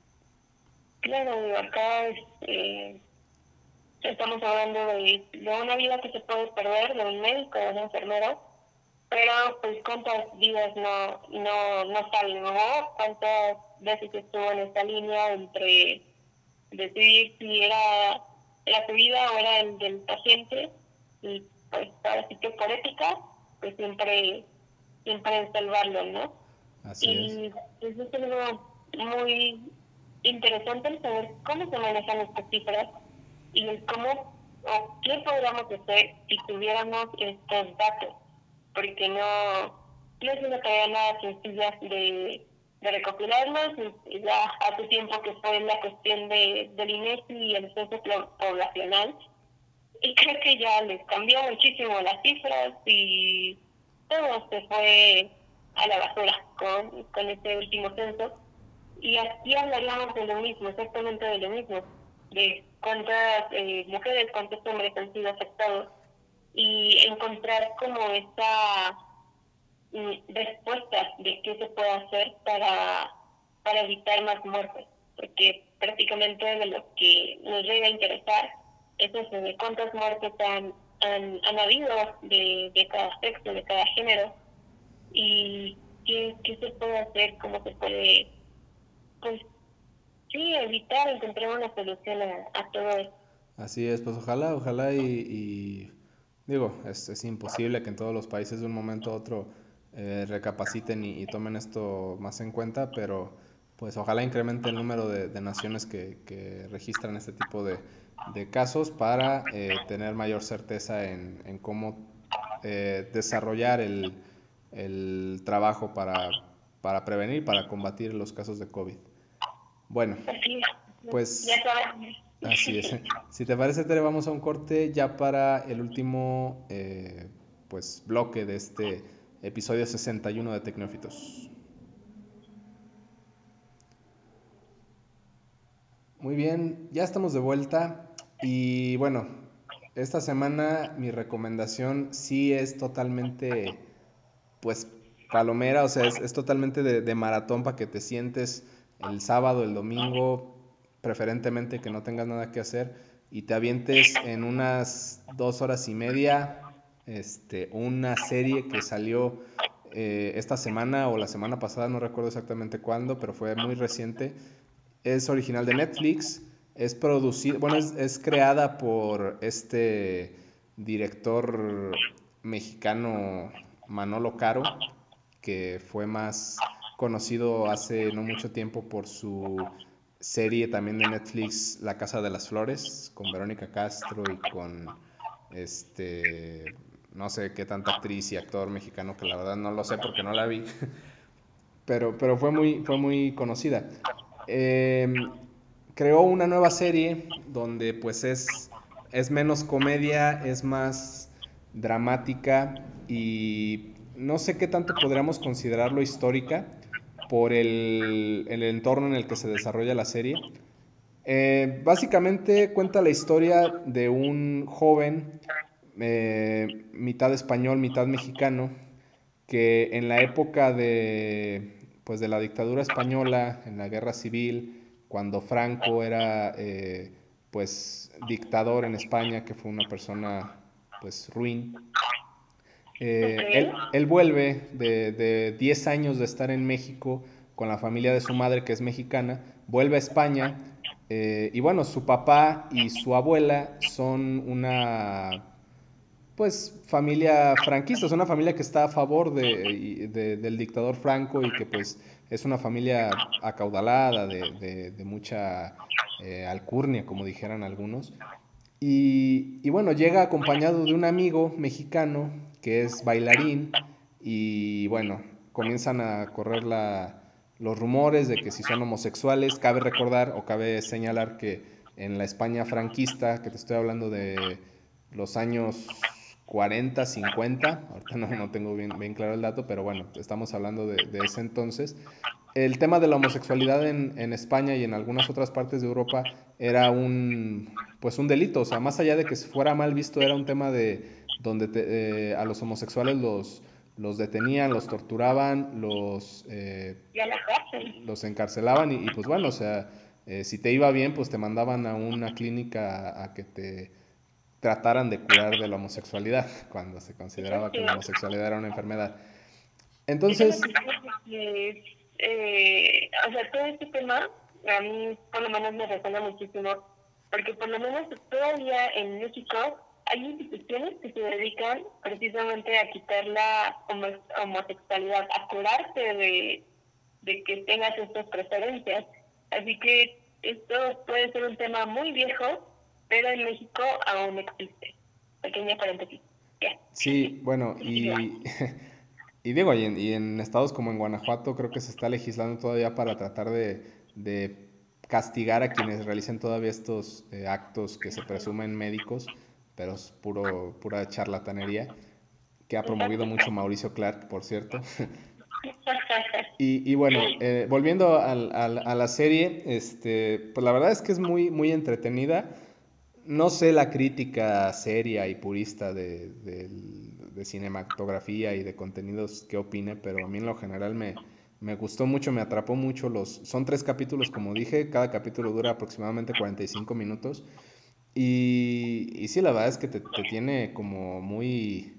claro, acá eh, estamos hablando de, de una vida que se puede perder, de un médico, de un enfermero, pero pues cuántas vidas no no no salvó, cuántas veces estuvo en esta línea entre decidir si era la su vida o era el del paciente, y pues ahora sí que por ética pues siempre siempre salvarlo, ¿no? Así es. Y pues es algo muy interesante el saber cómo se manejan estas cifras y el cómo o qué podríamos hacer si tuviéramos estos datos, porque no, no es una tarea nada sencilla de, de recopilarlos, y ya hace tiempo que fue la cuestión de, del INEGI y el censo poblacional, y creo que ya les cambió muchísimo las cifras y todo se fue a la basura con, con este último censo. Y aquí hablaríamos de lo mismo, exactamente de lo mismo, de cuántas eh, mujeres, cuántos hombres han sido afectados y encontrar como esta mm, respuesta de qué se puede hacer para, para evitar más muertes, porque prácticamente de lo que nos llega a interesar es eso, de cuántas muertes han, han, han habido de, de cada sexo, de cada género, y qué, qué se puede hacer, cómo se puede, pues sí, evitar, encontrar una solución a, a todo esto. Así es, pues ojalá, ojalá y, y digo, es, es imposible que en todos los países de un momento a otro eh, recapaciten y, y tomen esto más en cuenta, pero pues ojalá incremente el número de, de naciones que, que registran este tipo de, de casos para eh, tener mayor certeza en, en cómo eh, desarrollar el, el trabajo para, para prevenir, para combatir los casos de COVID. Bueno, Así es, ya pues saben. así es. Si te parece, Tere, vamos a un corte ya para el último eh, pues bloque de este episodio sesenta y uno de Tecnófitos. Muy bien, ya estamos de vuelta y bueno, esta semana mi recomendación sí es totalmente pues palomera, o sea, es, es totalmente de, de maratón para que te sientes el sábado, el domingo, preferentemente que no tengas nada que hacer y te avientes en unas dos horas y media, este, una serie que salió eh, esta semana o la semana pasada, no recuerdo exactamente cuándo, pero fue muy reciente. Es original de Netflix, es producida, bueno, es, es creada por este director mexicano Manolo Caro, que fue más conocido hace no mucho tiempo por su serie también de Netflix La Casa de las Flores, con Verónica Castro y con este, no sé qué tanta actriz y actor mexicano, que la verdad no lo sé porque no la vi, pero, pero fue muy, fue muy conocida. Eh, Creó una nueva serie donde pues es, es menos comedia, es más dramática y no sé qué tanto podríamos considerarlo histórica por el, el entorno en el que se desarrolla la serie. Eh, básicamente cuenta la historia de un joven, eh, mitad español, mitad mexicano, que en la época de, pues, de la dictadura española, en la guerra civil, cuando Franco era eh, pues dictador en España, que fue una persona pues ruin, Ok. eh, él, él vuelve de, de diez años de estar en México con la familia de su madre, que es mexicana, vuelve a España eh, y bueno, su papá y su abuela son una pues familia franquista, es una familia que está a favor de, de- del dictador Franco y que pues es una familia acaudalada, de, de- de mucha eh, alcurnia, como dijeran algunos. Y, y bueno, llega acompañado de un amigo mexicano que es bailarín y bueno, comienzan a correr la, los rumores de que si son homosexuales. Cabe recordar o cabe señalar que en la España franquista, que te estoy hablando de los años cuarenta, cincuenta, ahorita no, no tengo bien, bien claro el dato, pero bueno, estamos hablando de, de ese entonces, el tema de la homosexualidad en, en España y en algunas otras partes de Europa era un, pues un delito, o sea, más allá de que fuera mal visto, era un tema de donde te, eh, a los homosexuales los, los detenían, los torturaban, los, eh, Y a la cárcel. los encarcelaban y, y, pues bueno, o sea, eh, si te iba bien, pues te mandaban a una clínica a, a que te trataran de curar de la homosexualidad, cuando se consideraba que la Exacto. homosexualidad era una enfermedad. Déjame Entonces, decirte que, eh, o sea, todo este tema a mí por lo menos me resuena muchísimo, porque por lo menos todavía en México hay instituciones que se dedican precisamente a quitar la homo- homosexualidad, a curarte de, de que tengas estas preferencias. Así que esto puede ser un tema muy viejo, pero en México aún existe. Pequeña paréntesis. Ya. sí, bueno, Continúa. y, y digo, y en, y en estados como en Guanajuato creo que se está legislando todavía para tratar de, de castigar a quienes realicen todavía estos eh, actos que se presumen médicos, pero es puro, pura charlatanería, que ha promovido Exacto. mucho Mauricio Clark, por cierto. Y, y bueno, eh, volviendo al- al- a la serie, este, pues la verdad es que es muy, muy entretenida. No sé la crítica seria y purista de, del- de cinematografía y de contenidos que opine, pero a mí en lo general me, me gustó mucho, me atrapó mucho. Los, son tres capítulos, como dije, cada capítulo dura aproximadamente cuarenta y cinco minutos. Y, y sí, la verdad es que te, te tiene como muy,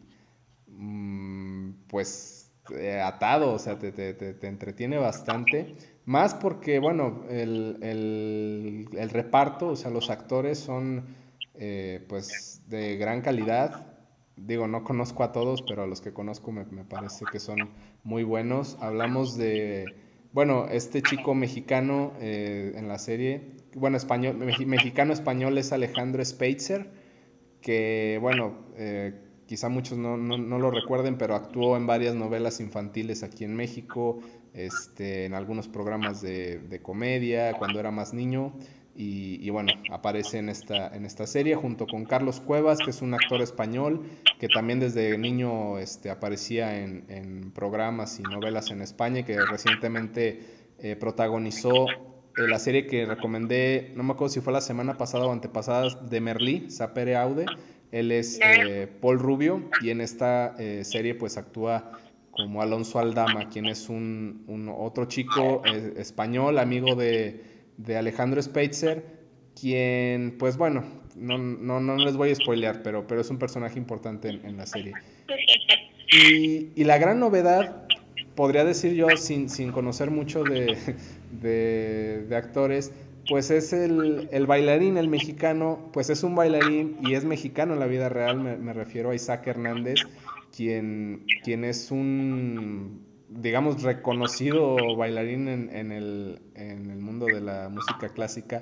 mm, pues, eh, atado, o sea, te, te, te, te entretiene bastante. Más porque, bueno, el, el, el reparto, o sea, los actores son, eh, pues, de gran calidad. Digo, no conozco a todos, pero a los que conozco me, me parece que son muy buenos. Hablamos de, bueno, este chico mexicano eh, en la serie, bueno, español, meji- mexicano-español es Alejandro Speitzer, que bueno, eh, quizá muchos no, no, no, lo recuerden, pero actuó en varias novelas infantiles aquí en México, este, en algunos programas de, de comedia cuando era más niño. Y, y, bueno, aparece en esta, en esta serie junto con Carlos Cuevas, que es un actor español que también desde niño este, aparecía en, en programas y novelas en España y que recientemente eh, protagonizó eh, la serie que recomendé, no me acuerdo si fue la semana pasada o antepasada, de Merlí, Sapere Aude. Él es Claro. eh, Paul Rubio y en esta eh, serie pues actúa como Alonso Aldama, quien es un, un otro chico eh, español, amigo de, de Alejandro Speitzer, quien, pues bueno, no, no, no les voy a spoilear, pero, pero es un personaje importante en, en la serie. Y, y la gran novedad, podría decir yo, sin, sin conocer mucho de, de, de actores, pues es el, el bailarín, el mexicano, pues es un bailarín y es mexicano en la vida real, me, me refiero a Isaac Hernández, quien, quien es un, digamos, reconocido bailarín en, en, el, en el mundo de la música clásica,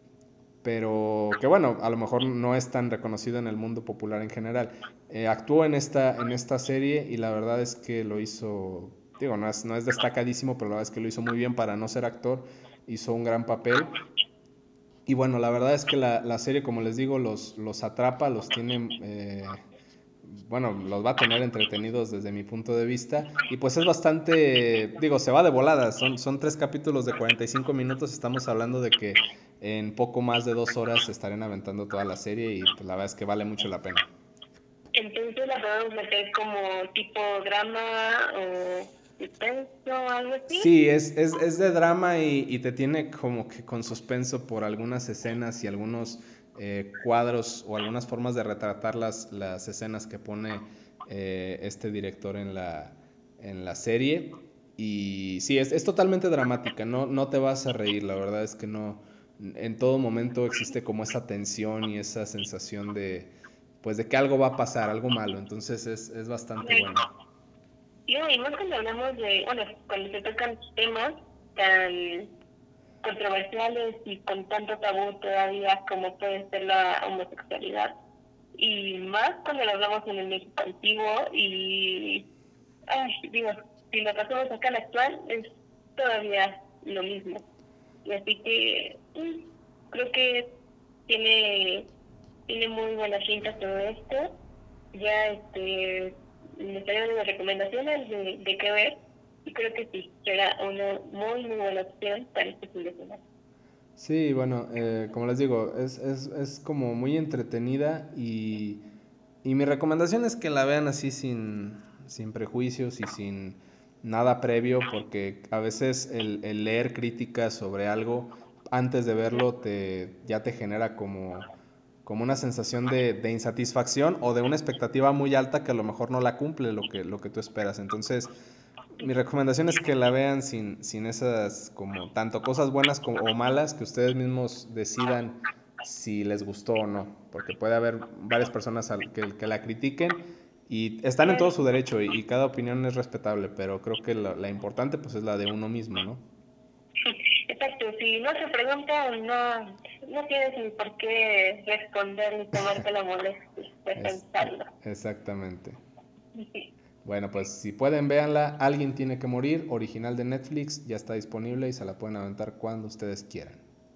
pero que bueno, a lo mejor no es tan reconocido en el mundo popular en general. Eh, actuó en esta, en esta serie y la verdad es que lo hizo, digo, no es, no es destacadísimo, pero la verdad es que lo hizo muy bien para no ser actor, hizo un gran papel. Y bueno, la verdad es que la, la serie, como les digo, los, los atrapa, los tiene, eh, bueno, los va a tener entretenidos desde mi punto de vista. Y pues es bastante, digo, se va de volada. Son, son tres capítulos de cuarenta y cinco minutos. Estamos hablando de que en poco más de dos horas se estarán aventando toda la serie y pues la verdad es que vale mucho la pena. Entonces la podemos meter como tipo drama o suspenso o algo así. Sí, es, es, es de drama y, y te tiene como que con suspenso por algunas escenas y algunos eh, cuadros o algunas formas de retratar las, las escenas que pone eh, este director en la, en la serie. Y sí, es, es totalmente dramática, no, no te vas a reír, la verdad es que no, en todo momento existe como esa tensión y esa sensación de, pues de que algo va a pasar, algo malo, entonces es, es bastante bueno. No, y más cuando hablamos de, bueno, cuando se tocan temas tan controversiales y con tanto tabú todavía como puede ser la homosexualidad, y más cuando lo hablamos en el México antiguo y, ay, digo, si lo pasamos acá al actual es todavía lo mismo. Y así que mm, creo que tiene, tiene muy buenas cintas todo esto. Ya este me salieron unas recomendaciones de, de qué ver y creo que sí, será una muy muy buena opción para este fin de semana. Sí, bueno, eh, como les digo, es, es, es como muy entretenida y, y mi recomendación es que la vean así sin, sin prejuicios y sin nada previo, porque a veces el, el leer críticas sobre algo antes de verlo te, ya te genera como, como una sensación de, de insatisfacción o de una expectativa muy alta que a lo mejor no la cumple lo que, lo que tú esperas. Entonces, mi recomendación es que la vean sin, sin esas como tanto cosas buenas como, o malas, que ustedes mismos decidan si les gustó o no, porque puede haber varias personas al, que, que la critiquen y están en todo su derecho y, y cada opinión es respetable, pero creo que la, la importante pues es la de uno mismo, ¿no? Exacto, si no se pregunta, no, no tienes ni por qué responder ni tomarte la molestia de Es, pensarlo. exactamente. Bueno, pues si pueden, véanla. Alguien tiene que morir, original de Netflix, ya está disponible y se la pueden aventar cuando ustedes quieran.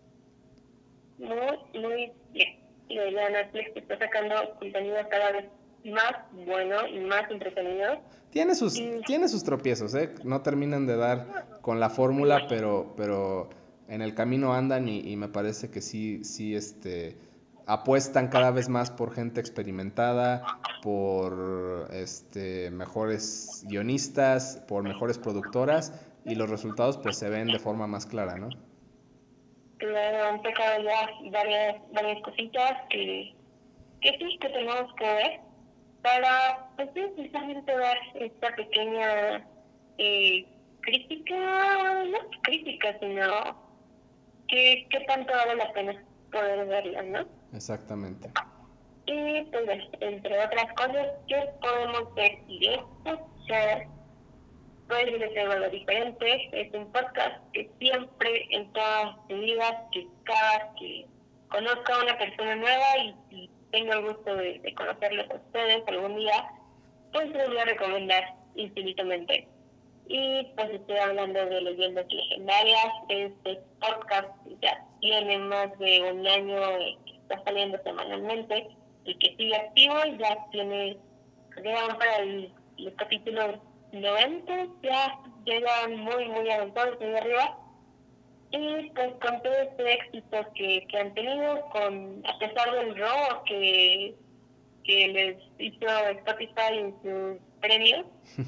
Muy, muy bien. Y de verdad Netflix está sacando contenido cada vez más bueno y más entretenido. Tiene sus, Y tiene sus tropiezos, ¿eh? No terminan de dar con la fórmula, pero, pero en el camino andan y, y me parece que sí, sí, este, apuestan cada vez más por gente experimentada, por este, mejores guionistas, por mejores productoras y los resultados pues se ven de forma más clara, ¿no? claro, han sacado ya varias, varias cositas que, que sí que tenemos que ver para, pues sí, precisamente dar esta pequeña eh, crítica, no crítica, sino que, que tanto vale la pena poder verla, ¿no? Exactamente. Y pues bueno, entre otras cosas que podemos ver y escuchar, pues les tengo algo diferente. Es un podcast que siempre en todas sus vidas, que cada que conozca a una persona nueva y, y tengo el gusto de, de conocerlos a ustedes algún día, pues les voy a recomendar infinitamente. Y pues estoy hablando de Leyendas Legendarias. Este podcast ya tiene más de un año eh, que está saliendo semanalmente y que sigue activo. Ya tiene, llegan para el, los capítulos noventa, ya llegan muy, muy avanzados muy arriba. Y pues con todo este éxito que, que han tenido, con a pesar del robo que, que les hizo Spotify en sus premios,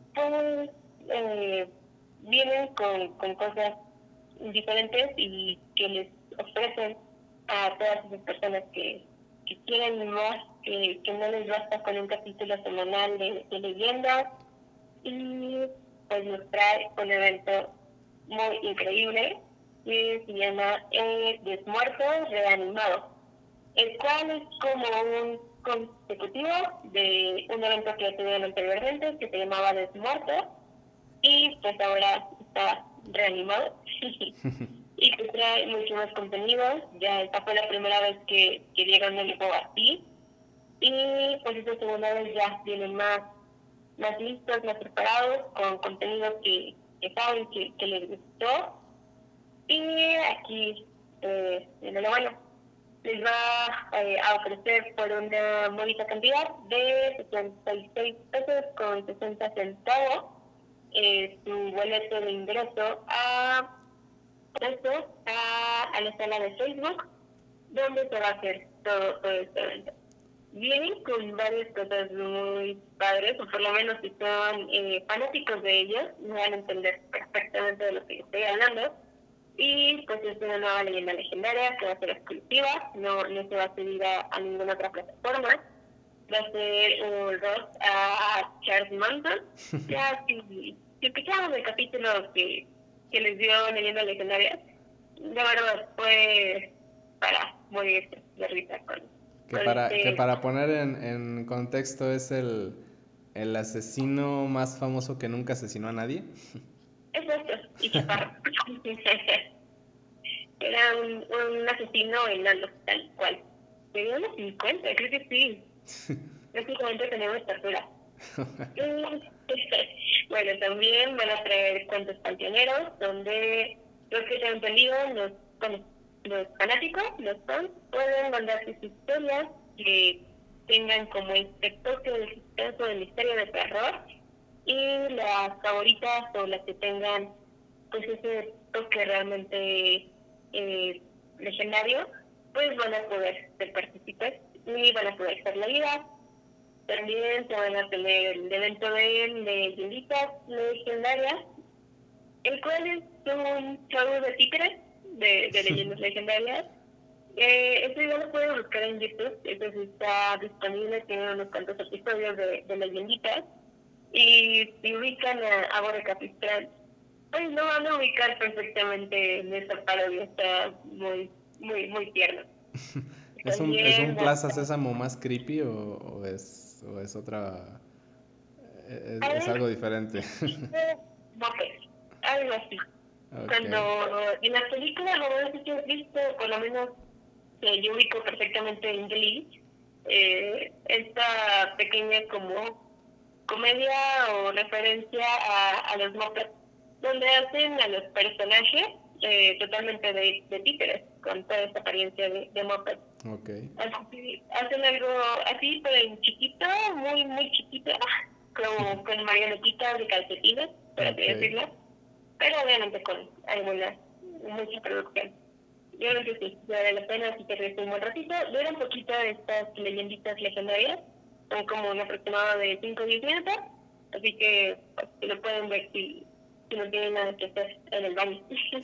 pues eh, vienen con, con cosas diferentes y que les ofrecen a todas esas personas que, que quieren más, que, que no les basta con un capítulo semanal de, de leyendas, y pues nos trae un evento muy increíble que se llama eh, Desmuerto Reanimado, el cual es como un consecutivo de un evento que ya tuvieron anteriormente que se llamaba Desmuerto, y pues ahora está reanimado y que trae mucho más contenido. Ya esta fue la primera vez que, que dieron el juego así, y pues esta segunda vez ya vienen más, más listos, más preparados, con contenido que, que saben que, que les gustó. Y aquí, eh, en lo bueno, les va eh, a ofrecer por una módica cantidad de sesenta y seis pesos con sesenta centavos eh, su boleto de ingreso a esto, a, a la sala de Facebook, donde se va a hacer todo, todo este evento. Vienen con varias cosas muy padres, o por lo menos si son eh, fanáticos de ellos, van a entender perfectamente de lo que estoy hablando. Y pues es una nueva leyenda legendaria que va a ser exclusiva, no, no se va a subir a, a ninguna otra plataforma. Va a ser un rock a Charles Manson. Ya, si, si escuchamos el capítulo que, que les dio Leyenda Legendaria, de verdad fue para morirse de risa con, Que con para, que este. para poner en, en contexto es el, el asesino más famoso que nunca asesinó a nadie. Exacto, y chaparro. Era un, un asesino enano, tal cual. Tenía unos cincuenta, creo que sí. Prácticamente tenemos estatura. Bueno, también van a traer cuentos panteoneros, donde los que se han entendido, los, bueno, los fanáticos, los fans, pueden mandar sus historias que tengan como este toque de suspenso, de misterio, de terror, y las favoritas o las que tengan pues ese toque realmente eh, legendario, pues van a poder ser partícipes y van a poder ser leídas. También se van a tener el evento de leyenditas legendarias, el cual es un show de títeres de, de leyendas legendarias. Eh, esto igual lo pueden buscar en YouTube, eso sí está disponible, tiene unos cuantos episodios de, de leyenditas. Y si ubican a, a Borre Capistrán, pues lo van a ubicar perfectamente en esa parodia, está muy, muy, muy tierno. ¿Es un, ¿Es un También Plaza Sésamo más creepy o, o, es, o es otra... Es, es algo diferente? Muppets, algo así. Okay. Cuando en las películas, la verdad es que he visto, por lo menos que yo ubico perfectamente en Glee, eh, esta pequeña como comedia o referencia a, a los Muppets, donde hacen a los personajes eh, totalmente de, de títeres, con toda esta apariencia de, de Muppets. Okay. Así, hacen algo así, pero en chiquito, muy, muy chiquito, como con marionetitas de calcetines, por así Okay. decirlo, pero obviamente con alguna, mucha producción. Yo creo que sí, vale la pena si te ríes un buen ratito. Ver un poquito de estas leyenditas legendarias, son como un aproximado de cinco o diez minutos, así que pues, lo pueden ver si, si no tienen nada que hacer en el baño.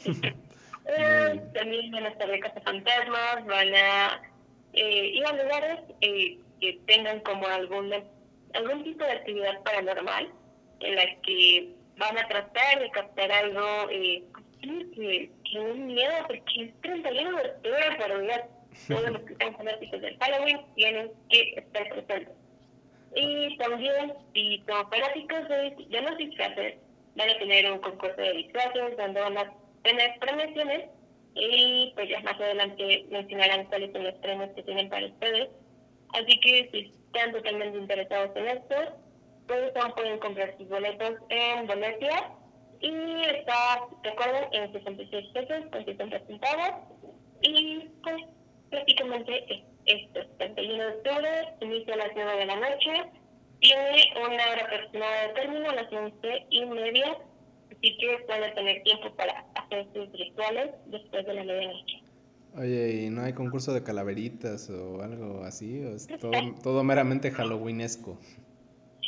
eh, también van a estar de cazafantasmas, van a eh, ir a lugares eh, que tengan como alguna, algún tipo de actividad paranormal, en la que van a tratar de captar algo eh, que, que un miedo, porque es treinta y uno de octubre, pero ya todos los que están fanáticos del Halloween tienen que estar presentes. Y también, si son fanáticos de, de los disfraces, van a tener un concurso de disfraces donde van a tener premiaciones, y pues ya más adelante mencionarán cuáles son los premios que tienen para ustedes. Así que si están totalmente interesados en esto, pues aún pueden comprar sus boletos en Boletia, y está, recuerden, en sesenta y seis pesos con sesenta centavos. Y pues prácticamente es esto, treinta y uno de octubre, inicia a las nueve de la noche, tiene una hora aproximada de término a las once y media, así que van a tener tiempo para hacer sus rituales después de la medianoche. Oye, ¿y no hay concurso de calaveritas o algo así? ¿O es todo, todo meramente halloweenesco? Es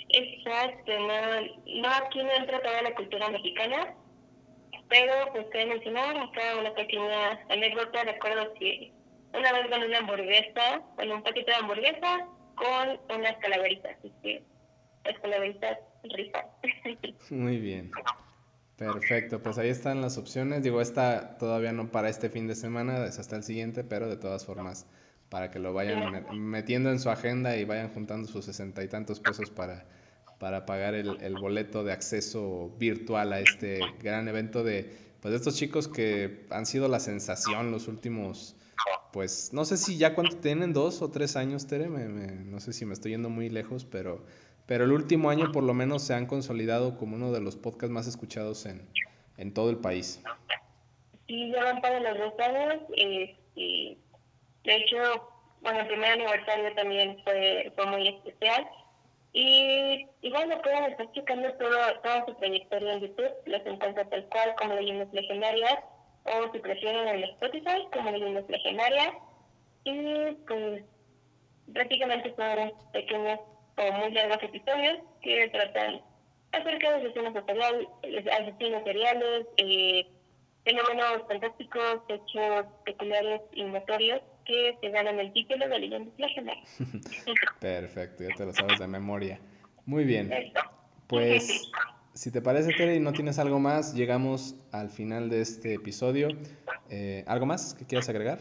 Exacto, no, no aquí no entra toda la cultura mexicana, pero pues cabe mencionar acá una pequeña anécdota. Recuerdo que una vez gané una hamburguesa, bueno, un paquete de hamburguesa con unas calaveritas, así que las calaveritas rifan. Muy bien. Perfecto, pues ahí están las opciones. Digo, esta todavía no para este fin de semana, es hasta el siguiente, pero de todas formas, para que lo vayan me- metiendo en su agenda y vayan juntando sus sesenta y tantos pesos para, para pagar el, el boleto de acceso virtual a este gran evento de, pues, de estos chicos que han sido la sensación los últimos, pues, no sé si ya cuánto tienen, dos o tres años, Tere, me- me- no sé si me estoy yendo muy lejos, pero, pero el último año por lo menos se han consolidado como uno de los podcasts más escuchados en, en todo el país. Y ya van para los dos años, este, de hecho, bueno, el primer aniversario también fue, fue muy especial. Y, y bueno, pueden estar checando todo, toda su trayectoria en YouTube, los encuentran tal cual como Leyendas Legendarias, o si prefieren en Spotify como Leyendas Legendarias. Y pues prácticamente son pequeños o muy largos episodios que tratan acerca de asesinos seriales, asesinos seriales, eh, fenómenos fantásticos, hechos peculiares y notorios que se ganan el título de Leyendas Legendarias. Perfecto, ya te lo sabes de memoria. Muy bien, Eso. pues si te parece, Tere, y no tienes algo más, llegamos al final de este episodio. Eh, ¿algo más que quieras agregar?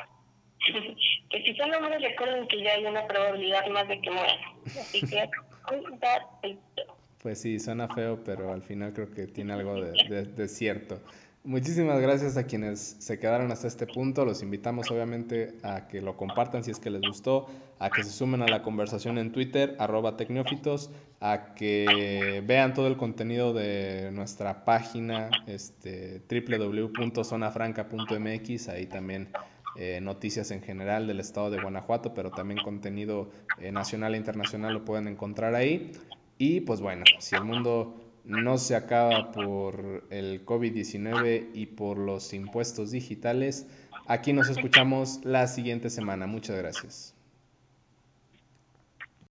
Que si son hombres, recuerden que ya hay una probabilidad más de que mueran. Así que, cuidadito. Pues sí, suena feo, pero al final creo que tiene algo de, de- de cierto. Muchísimas gracias a quienes se quedaron hasta este punto. Los invitamos obviamente a que lo compartan si es que les gustó, a que se sumen a la conversación en Twitter, arroba tecnófitos, a que vean todo el contenido de nuestra página, este, doble u doble u doble u punto zona franca punto m x. Ahí también eh, noticias en general del estado de Guanajuato, pero también contenido eh, nacional e internacional lo pueden encontrar ahí. Y pues bueno, si el mundo no se acaba por el COVID diecinueve y por los impuestos digitales, aquí nos escuchamos la siguiente semana. Muchas gracias.